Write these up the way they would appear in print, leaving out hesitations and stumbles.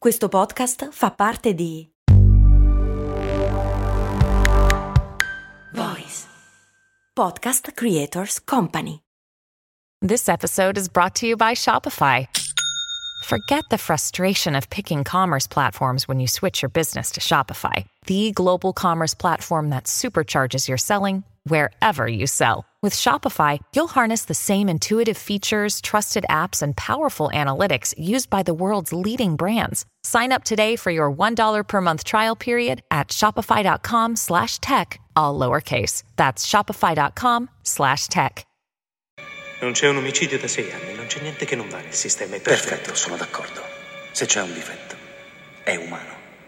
Questo podcast fa parte di Voice Podcast Creators Company. This episode is brought to you by Shopify. Forget the frustration of picking commerce platforms when you switch your business to Shopify, the global commerce platform that supercharges your selling wherever you sell. With Shopify, you'll harness the same intuitive features, trusted apps, and powerful analytics used by the world's leading brands. Sign up today for your $1 per month trial period at shopify.com/tech, all lowercase. That's shopify.com/tech. Non c'è un omicidio da 6 anni, non c'è niente che non va nel sistema. Perfetto, sono d'accordo. Se c'è un difetto, è umano.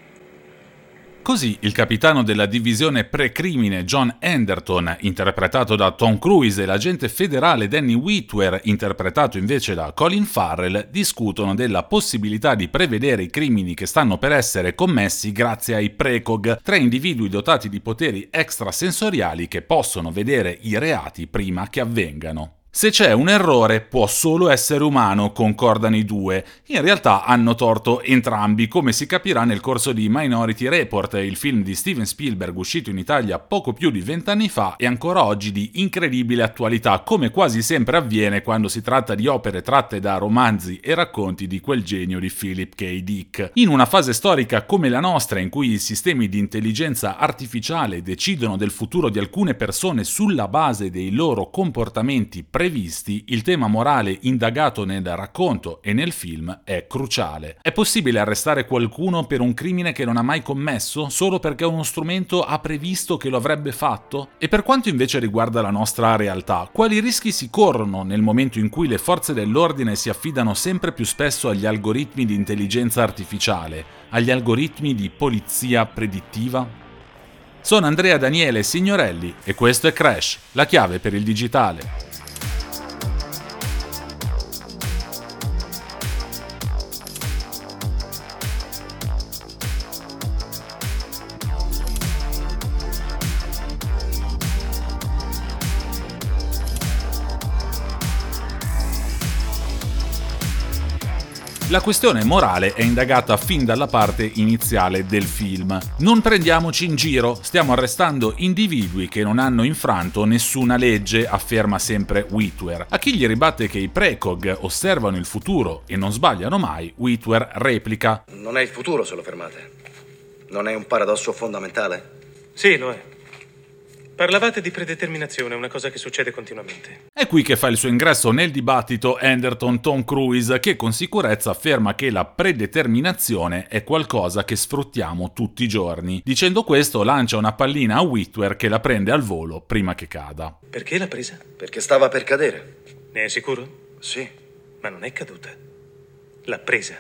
Così il capitano della divisione precrimine John Anderton, interpretato da Tom Cruise, e l'agente federale Danny Whitwer, interpretato invece da Colin Farrell, discutono della possibilità di prevedere i crimini che stanno per essere commessi grazie ai precog, tre individui dotati di poteri extrasensoriali che possono vedere i reati prima che avvengano. Se c'è un errore, può solo essere umano, concordano i due. In realtà hanno torto entrambi, come si capirà nel corso di Minority Report, il film di Steven Spielberg uscito in Italia poco più di 20 anni fa e ancora oggi di incredibile attualità, come quasi sempre avviene quando si tratta di opere tratte da romanzi e racconti di quel genio di Philip K. Dick. In una fase storica come la nostra, in cui i sistemi di intelligenza artificiale decidono del futuro di alcune persone sulla base dei loro comportamenti previsti, il tema morale indagato nel racconto e nel film è cruciale. È possibile arrestare qualcuno per un crimine che non ha mai commesso solo perché uno strumento ha previsto che lo avrebbe fatto? E per quanto invece riguarda la nostra realtà, quali rischi si corrono nel momento in cui le forze dell'ordine si affidano sempre più spesso agli algoritmi di intelligenza artificiale, agli algoritmi di polizia predittiva? Sono Andrea Daniele Signorelli e questo è Crash, la chiave per il digitale. La questione morale è indagata fin dalla parte iniziale del film. Non prendiamoci in giro, stiamo arrestando individui che non hanno infranto nessuna legge, afferma sempre Whitwer. A chi gli ribatte che i precog osservano il futuro e non sbagliano mai, Whitwer replica: Non è il futuro se lo fermate. Non è un paradosso fondamentale? Sì, lo è. Parlavate di predeterminazione, una cosa che succede continuamente. È qui che fa il suo ingresso nel dibattito Anderton Tom Cruise, che con sicurezza afferma che la predeterminazione è qualcosa che sfruttiamo tutti i giorni. Dicendo questo lancia una pallina a Whitwer che la prende al volo prima che cada. Perché l'ha presa? Perché stava per cadere. Ne è sicuro? Sì. Ma non è caduta. L'ha presa.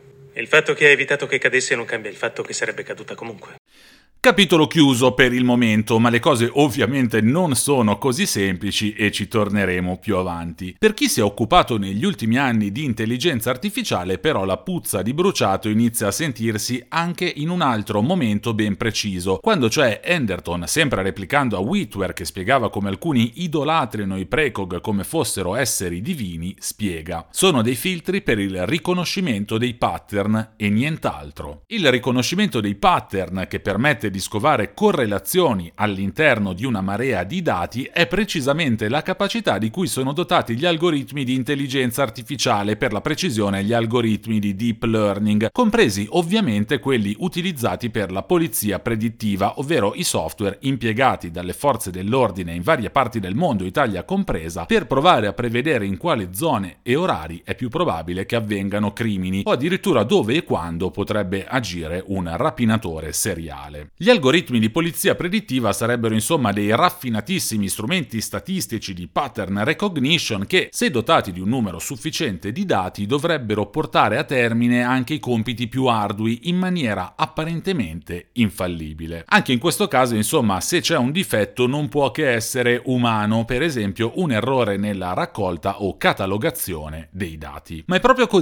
E il fatto che ha evitato che cadesse non cambia il fatto che sarebbe caduta comunque. Capitolo chiuso per il momento, ma le cose ovviamente non sono così semplici e ci torneremo più avanti. Per chi si è occupato negli ultimi anni di intelligenza artificiale, però, la puzza di bruciato inizia a sentirsi anche in un altro momento ben preciso, quando cioè Anderton, sempre replicando a Whitwer che spiegava come alcuni idolatrino i precog come fossero esseri divini, spiega: sono dei filtri per il riconoscimento dei pattern e nient'altro. Il riconoscimento dei pattern, che permette di scovare correlazioni all'interno di una marea di dati, è precisamente la capacità di cui sono dotati gli algoritmi di intelligenza artificiale, per la precisione gli algoritmi di deep learning, compresi ovviamente quelli utilizzati per la polizia predittiva, ovvero i software impiegati dalle forze dell'ordine in varie parti del mondo, Italia compresa, per provare a prevedere in quali zone e orari è più probabile che avvengano crimini, o addirittura dove e quando potrebbe agire un rapinatore seriale. Gli algoritmi di polizia predittiva sarebbero insomma dei raffinatissimi strumenti statistici di pattern recognition che, se dotati di un numero sufficiente di dati, dovrebbero portare a termine anche i compiti più ardui in maniera apparentemente infallibile. Anche in questo caso, insomma, se c'è un difetto non può che essere umano, per esempio un errore nella raccolta o catalogazione dei dati. Ma è proprio così?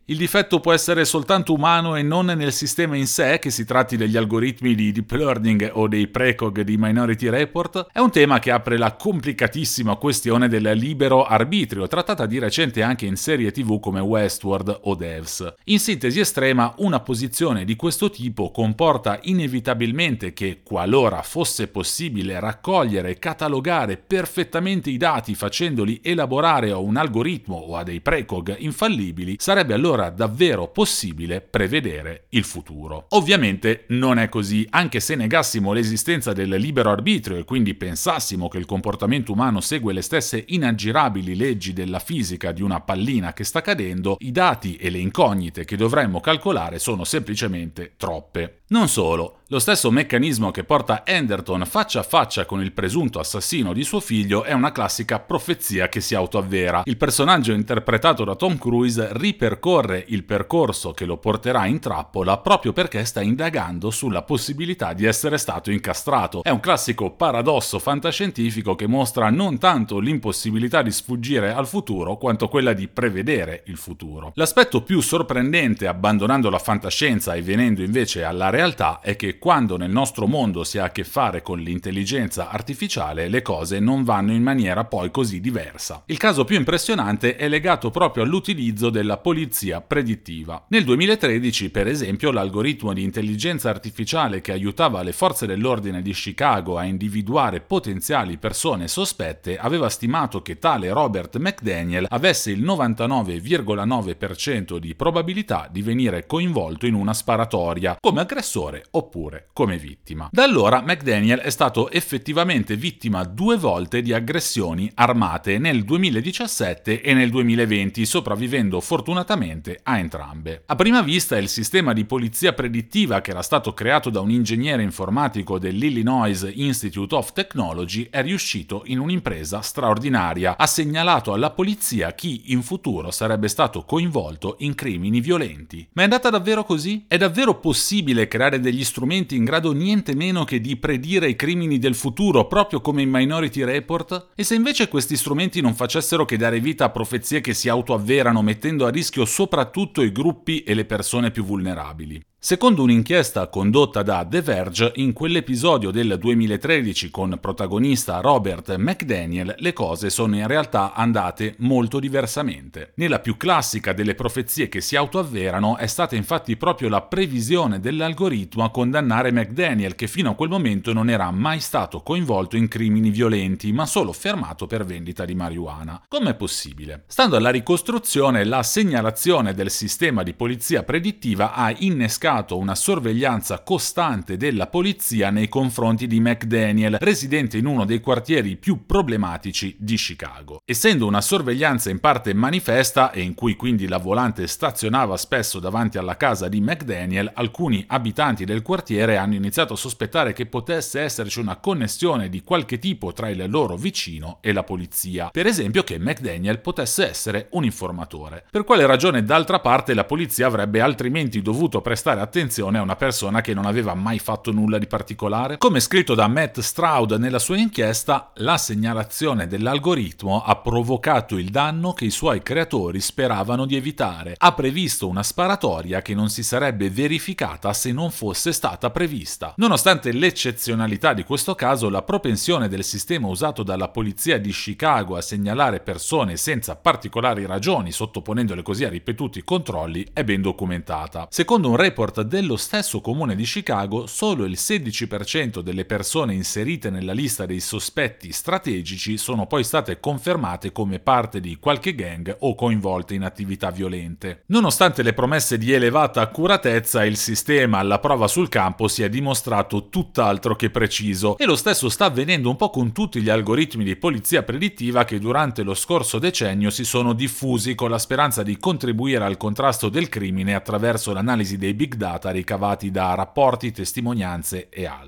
Il difetto può essere soltanto umano e non nel sistema in sé, che si tratti degli algoritmi di deep learning o dei precog di Minority Report? È un tema che apre la complicatissima questione del libero arbitrio, trattata di recente anche in serie TV come Westworld o Devs. In sintesi estrema, una posizione di questo tipo comporta inevitabilmente che, qualora fosse possibile raccogliere e catalogare perfettamente i dati facendoli elaborare a un algoritmo o a dei precog infallibili, sarebbe allora davvero possibile prevedere il futuro. Ovviamente non è così, anche se negassimo l'esistenza del libero arbitrio e quindi pensassimo che il comportamento umano segue le stesse inaggirabili leggi della fisica di una pallina che sta cadendo, i dati e le incognite che dovremmo calcolare sono semplicemente troppe. Non solo, lo stesso meccanismo che porta Anderton faccia a faccia con il presunto assassino di suo figlio è una classica profezia che si autoavvera. Il personaggio interpretato da Tom Cruise ripercorre il percorso che lo porterà in trappola proprio perché sta indagando sulla possibilità di essere stato incastrato. È un classico paradosso fantascientifico che mostra non tanto l'impossibilità di sfuggire al futuro quanto quella di prevedere il futuro. L'aspetto più sorprendente, abbandonando la fantascienza e venendo invece alla realtà, è che quando nel nostro mondo si ha a che fare con l'intelligenza artificiale, le cose non vanno in maniera poi così diversa. Il caso più impressionante è legato proprio all'utilizzo della polizia predittiva. Nel 2013, per esempio, l'algoritmo di intelligenza artificiale che aiutava le forze dell'ordine di Chicago a individuare potenziali persone sospette aveva stimato che tale Robert McDaniel avesse il 99,9% di probabilità di venire coinvolto in una sparatoria come aggressore oppure come vittima. Da allora McDaniel è stato effettivamente vittima 2 volte di aggressioni armate, nel 2017 e nel 2020, sopravvivendo fortunatamente a entrambe. A prima vista il sistema di polizia predittiva, che era stato creato da un ingegnere informatico dell'Illinois Institute of Technology, è riuscito in un'impresa straordinaria. Ha segnalato alla polizia chi in futuro sarebbe stato coinvolto in crimini violenti. Ma è andata davvero così? È davvero possibile creare degli strumenti in grado niente meno che di predire i crimini del futuro, proprio come in Minority Report? E se invece questi strumenti non facessero che dare vita a profezie che si autoavverano, mettendo a rischio soprattutto i gruppi e le persone più vulnerabili? Secondo un'inchiesta condotta da The Verge, in quell'episodio del 2013 con protagonista Robert McDaniel, le cose sono in realtà andate molto diversamente. Nella più classica delle profezie che si autoavverano è stata infatti proprio la previsione dell'algoritmo a condannare McDaniel, che fino a quel momento non era mai stato coinvolto in crimini violenti, ma solo fermato per vendita di marijuana. Com'è possibile? Stando alla ricostruzione, la segnalazione del sistema di polizia predittiva ha innescato una sorveglianza costante della polizia nei confronti di McDaniel, residente in uno dei quartieri più problematici di Chicago. Essendo una sorveglianza in parte manifesta e in cui quindi la volante stazionava spesso davanti alla casa di McDaniel, alcuni abitanti del quartiere hanno iniziato a sospettare che potesse esserci una connessione di qualche tipo tra il loro vicino e la polizia. Per esempio che McDaniel potesse essere un informatore. Per quale ragione d'altra parte la polizia avrebbe altrimenti dovuto prestare attenzione a una persona che non aveva mai fatto nulla di particolare? Come scritto da Matt Stroud nella sua inchiesta, la segnalazione dell'algoritmo ha provocato il danno che i suoi creatori speravano di evitare. Ha previsto una sparatoria che non si sarebbe verificata se non fosse stata prevista. Nonostante l'eccezionalità di questo caso, la propensione del sistema usato dalla polizia di Chicago a segnalare persone senza particolari ragioni, sottoponendole così a ripetuti controlli, è ben documentata. Secondo un report dello stesso comune di Chicago, solo il 16% delle persone inserite nella lista dei sospetti strategici sono poi state confermate come parte di qualche gang o coinvolte in attività violente. Nonostante le promesse di elevata accuratezza, il sistema alla prova sul campo si è dimostrato tutt'altro che preciso, e lo stesso sta avvenendo un po' con tutti gli algoritmi di polizia predittiva che durante lo scorso decennio si sono diffusi con la speranza di contribuire al contrasto del crimine attraverso l'analisi dei big data ricavati da rapporti, testimonianze e altro.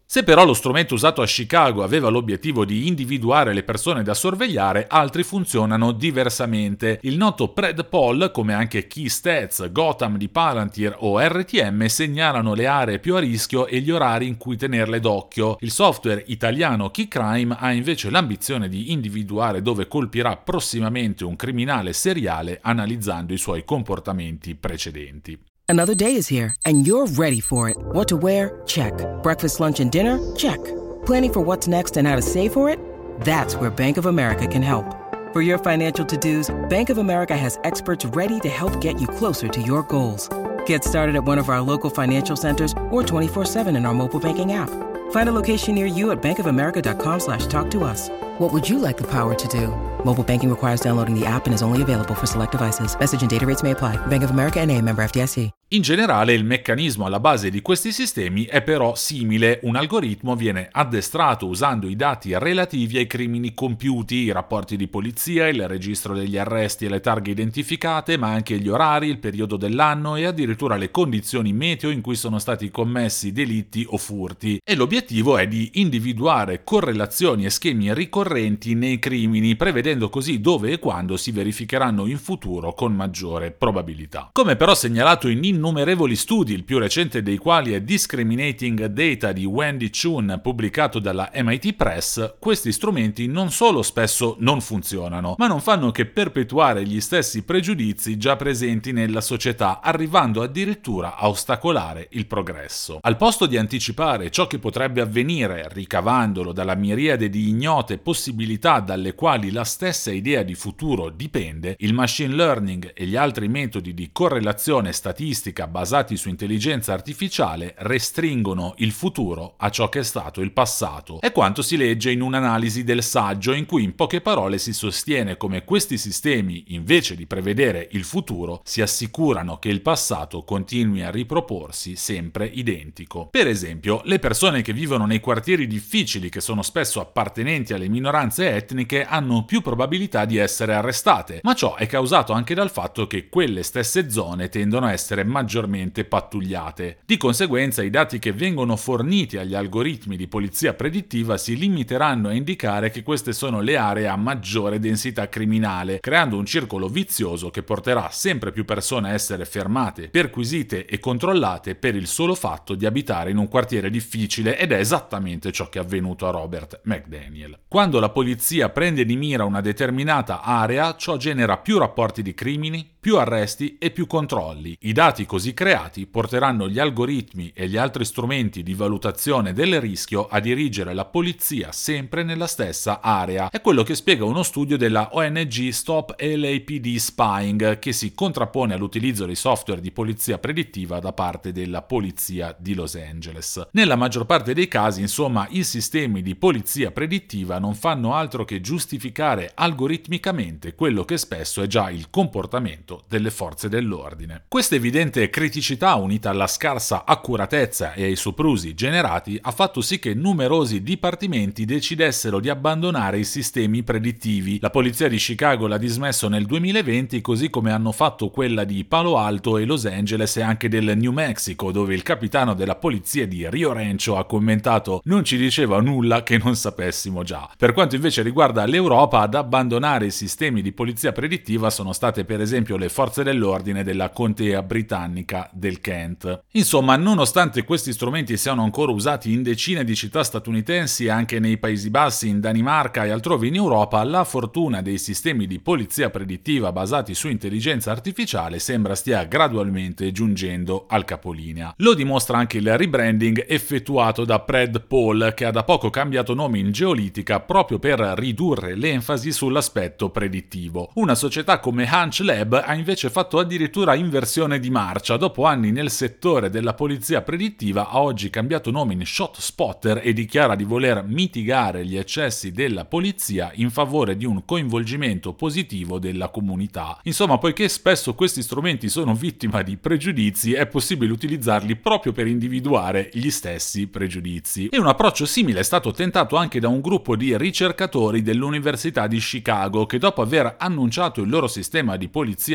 Se però lo strumento usato a Chicago aveva l'obiettivo di individuare le persone da sorvegliare, altri funzionano diversamente. Il noto PredPol, come anche KeyStats, Gotham di Palantir o RTM, segnalano le aree più a rischio e gli orari in cui tenerle d'occhio. Il software italiano KeyCrime ha invece l'ambizione di individuare dove colpirà prossimamente un criminale seriale analizzando i suoi comportamenti precedenti. Another day is here, and you're ready for it. What to wear? Check. Breakfast, lunch, and dinner? Check. Planning for what's next and how to save for it? That's where Bank of America can help. For your financial to-dos, Bank of America has experts ready to help get you closer to your goals. Get started at one of our local financial centers or 24/7 in our mobile banking app. Find a location near you at bankofamerica.com/talktous. What would you like the power to do? Mobile banking requires downloading the app and is only available for select devices. Message and data rates may apply. Bank of America N.A., member FDIC. In generale, il meccanismo alla base di questi sistemi è però simile. Un algoritmo viene addestrato usando i dati relativi ai crimini compiuti, i rapporti di polizia, il registro degli arresti e le targhe identificate, ma anche gli orari, il periodo dell'anno e addirittura le condizioni meteo in cui sono stati commessi delitti o furti. E l'obiettivo è di individuare correlazioni e schemi ricorrenti nei crimini, prevedendo così dove e quando si verificheranno in futuro con maggiore probabilità. Come però segnalato in innumerevoli studi, il più recente dei quali è Discriminating Data di Wendy Chun, pubblicato dalla MIT Press, questi strumenti non solo spesso non funzionano, ma non fanno che perpetuare gli stessi pregiudizi già presenti nella società, arrivando addirittura a ostacolare il progresso. Al posto di anticipare ciò che potrebbe avvenire, ricavandolo dalla miriade di ignote possibilità dalle quali la stessa idea di futuro dipende, il machine learning e gli altri metodi di correlazione statistica basati su intelligenza artificiale restringono il futuro a ciò che è stato il passato. È quanto si legge in un'analisi del saggio in cui in poche parole si sostiene come questi sistemi, invece di prevedere il futuro, si assicurano che il passato continui a riproporsi sempre identico. Per esempio, le persone che vivono nei quartieri difficili, che sono spesso appartenenti alle minoranze etniche, hanno più probabilità di essere arrestate, ma ciò è causato anche dal fatto che quelle stesse zone tendono a essere maggiormente pattugliate. Di conseguenza, i dati che vengono forniti agli algoritmi di polizia predittiva si limiteranno a indicare che queste sono le aree a maggiore densità criminale, creando un circolo vizioso che porterà sempre più persone a essere fermate, perquisite e controllate per il solo fatto di abitare in un quartiere difficile, ed è esattamente ciò che è avvenuto a Robert McDaniel. Quando la polizia prende di mira una determinata area, ciò genera più rapporti di crimini, più arresti e più controlli. I dati così creati porteranno gli algoritmi e gli altri strumenti di valutazione del rischio a dirigere la polizia sempre nella stessa area. È quello che spiega uno studio della ONG Stop LAPD Spying, che si contrappone all'utilizzo dei software di polizia predittiva da parte della polizia di Los Angeles. Nella maggior parte dei casi, insomma, i sistemi di polizia predittiva non fanno altro che giustificare algoritmicamente quello che spesso è già il comportamento delle forze dell'ordine. Questa evidente criticità, unita alla scarsa accuratezza e ai soprusi generati, ha fatto sì che numerosi dipartimenti decidessero di abbandonare i sistemi predittivi. La polizia di Chicago l'ha dismesso nel 2020, così come hanno fatto quella di Palo Alto e Los Angeles e anche del New Mexico, dove il capitano della polizia di Rio Rancho ha commentato: "Non ci diceva nulla che non sapessimo già". Per quanto invece riguarda l'Europa, ad abbandonare i sistemi di polizia predittiva sono state per esempio le forze dell'ordine della contea britannica del Kent. Insomma, nonostante questi strumenti siano ancora usati in decine di città statunitensi e anche nei Paesi Bassi, in Danimarca e altrove in Europa, la fortuna dei sistemi di polizia predittiva basati su intelligenza artificiale sembra stia gradualmente giungendo al capolinea. Lo dimostra anche il rebranding effettuato da PredPol, che ha da poco cambiato nome in Geolitica proprio per ridurre l'enfasi sull'aspetto predittivo. Una società come Hunch Lab ha invece fatto addirittura inversione di marcia. Dopo anni nel settore della polizia predittiva, ha oggi cambiato nome in ShotSpotter e dichiara di voler mitigare gli eccessi della polizia in favore di un coinvolgimento positivo della comunità. Insomma, poiché spesso questi strumenti sono vittima di pregiudizi, è possibile utilizzarli proprio per individuare gli stessi pregiudizi. E un approccio simile è stato tentato anche da un gruppo di ricercatori dell'Università di Chicago, che dopo aver annunciato il loro sistema di polizia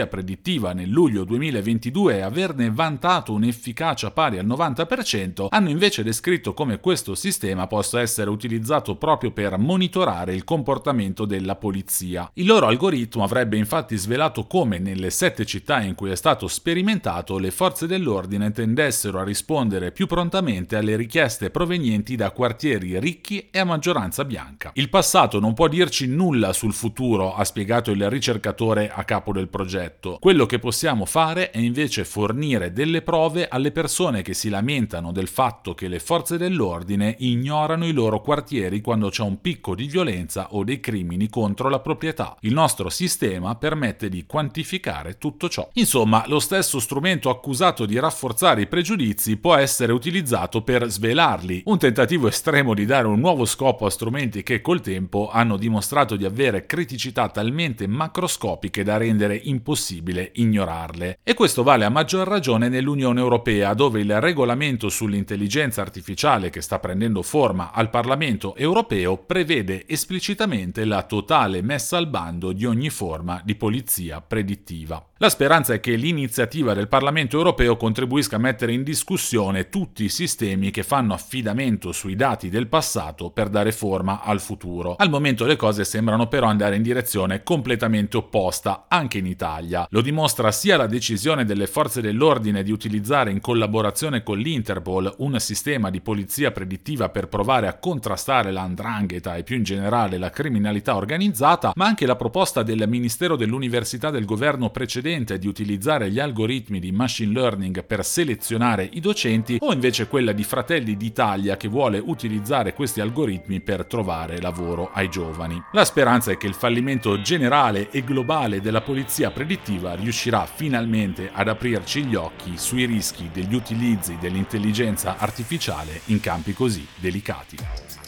polizia predittiva nel luglio 2022 e averne vantato un'efficacia pari al 90%, hanno invece descritto come questo sistema possa essere utilizzato proprio per monitorare il comportamento della polizia. Il loro algoritmo avrebbe infatti svelato come nelle 7 città in cui è stato sperimentato le forze dell'ordine tendessero a rispondere più prontamente alle richieste provenienti da quartieri ricchi e a maggioranza bianca. Il passato non può dirci nulla sul futuro, ha spiegato il ricercatore a capo del progetto. Quello che possiamo fare è invece fornire delle prove alle persone che si lamentano del fatto che le forze dell'ordine ignorano i loro quartieri quando c'è un picco di violenza o dei crimini contro la proprietà. Il nostro sistema permette di quantificare tutto ciò. Insomma, lo stesso strumento accusato di rafforzare i pregiudizi può essere utilizzato per svelarli, un tentativo estremo di dare un nuovo scopo a strumenti che col tempo hanno dimostrato di avere criticità talmente macroscopiche da rendere impossibile ignorarle. E questo vale a maggior ragione nell'Unione Europea, dove il regolamento sull'intelligenza artificiale che sta prendendo forma al Parlamento europeo prevede esplicitamente la totale messa al bando di ogni forma di polizia predittiva. La speranza è che l'iniziativa del Parlamento europeo contribuisca a mettere in discussione tutti i sistemi che fanno affidamento sui dati del passato per dare forma al futuro. Al momento le cose sembrano però andare in direzione completamente opposta, anche in Italia. Lo dimostra sia la decisione delle forze dell'ordine di utilizzare in collaborazione con l'Interpol un sistema di polizia predittiva per provare a contrastare la 'ndrangheta e più in generale la criminalità organizzata, ma anche la proposta del Ministero dell'Università del governo precedente di utilizzare gli algoritmi di machine learning per selezionare i docenti, o invece quella di Fratelli d'Italia che vuole utilizzare questi algoritmi per trovare lavoro ai giovani. La speranza è che il fallimento generale e globale della polizia predittiva riuscirà finalmente ad aprirci gli occhi sui rischi degli utilizzi dell'intelligenza artificiale in campi così delicati.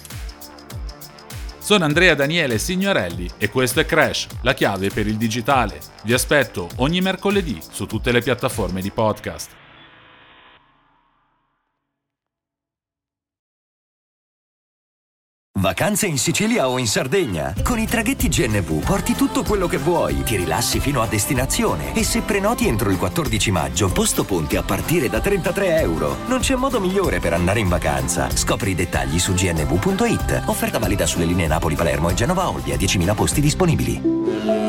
Sono Andrea Daniele Signorelli e questo è Crash, la chiave per il digitale. Vi aspetto ogni mercoledì su tutte le piattaforme di podcast. Vacanze in Sicilia o in Sardegna? Con i traghetti GNV porti tutto quello che vuoi, ti rilassi fino a destinazione e se prenoti entro il 14 maggio, posto ponti a partire da €33. Non c'è modo migliore per andare in vacanza. Scopri i dettagli su gnv.it. Offerta valida sulle linee Napoli-Palermo e Genova-Olbia, 10.000 posti disponibili.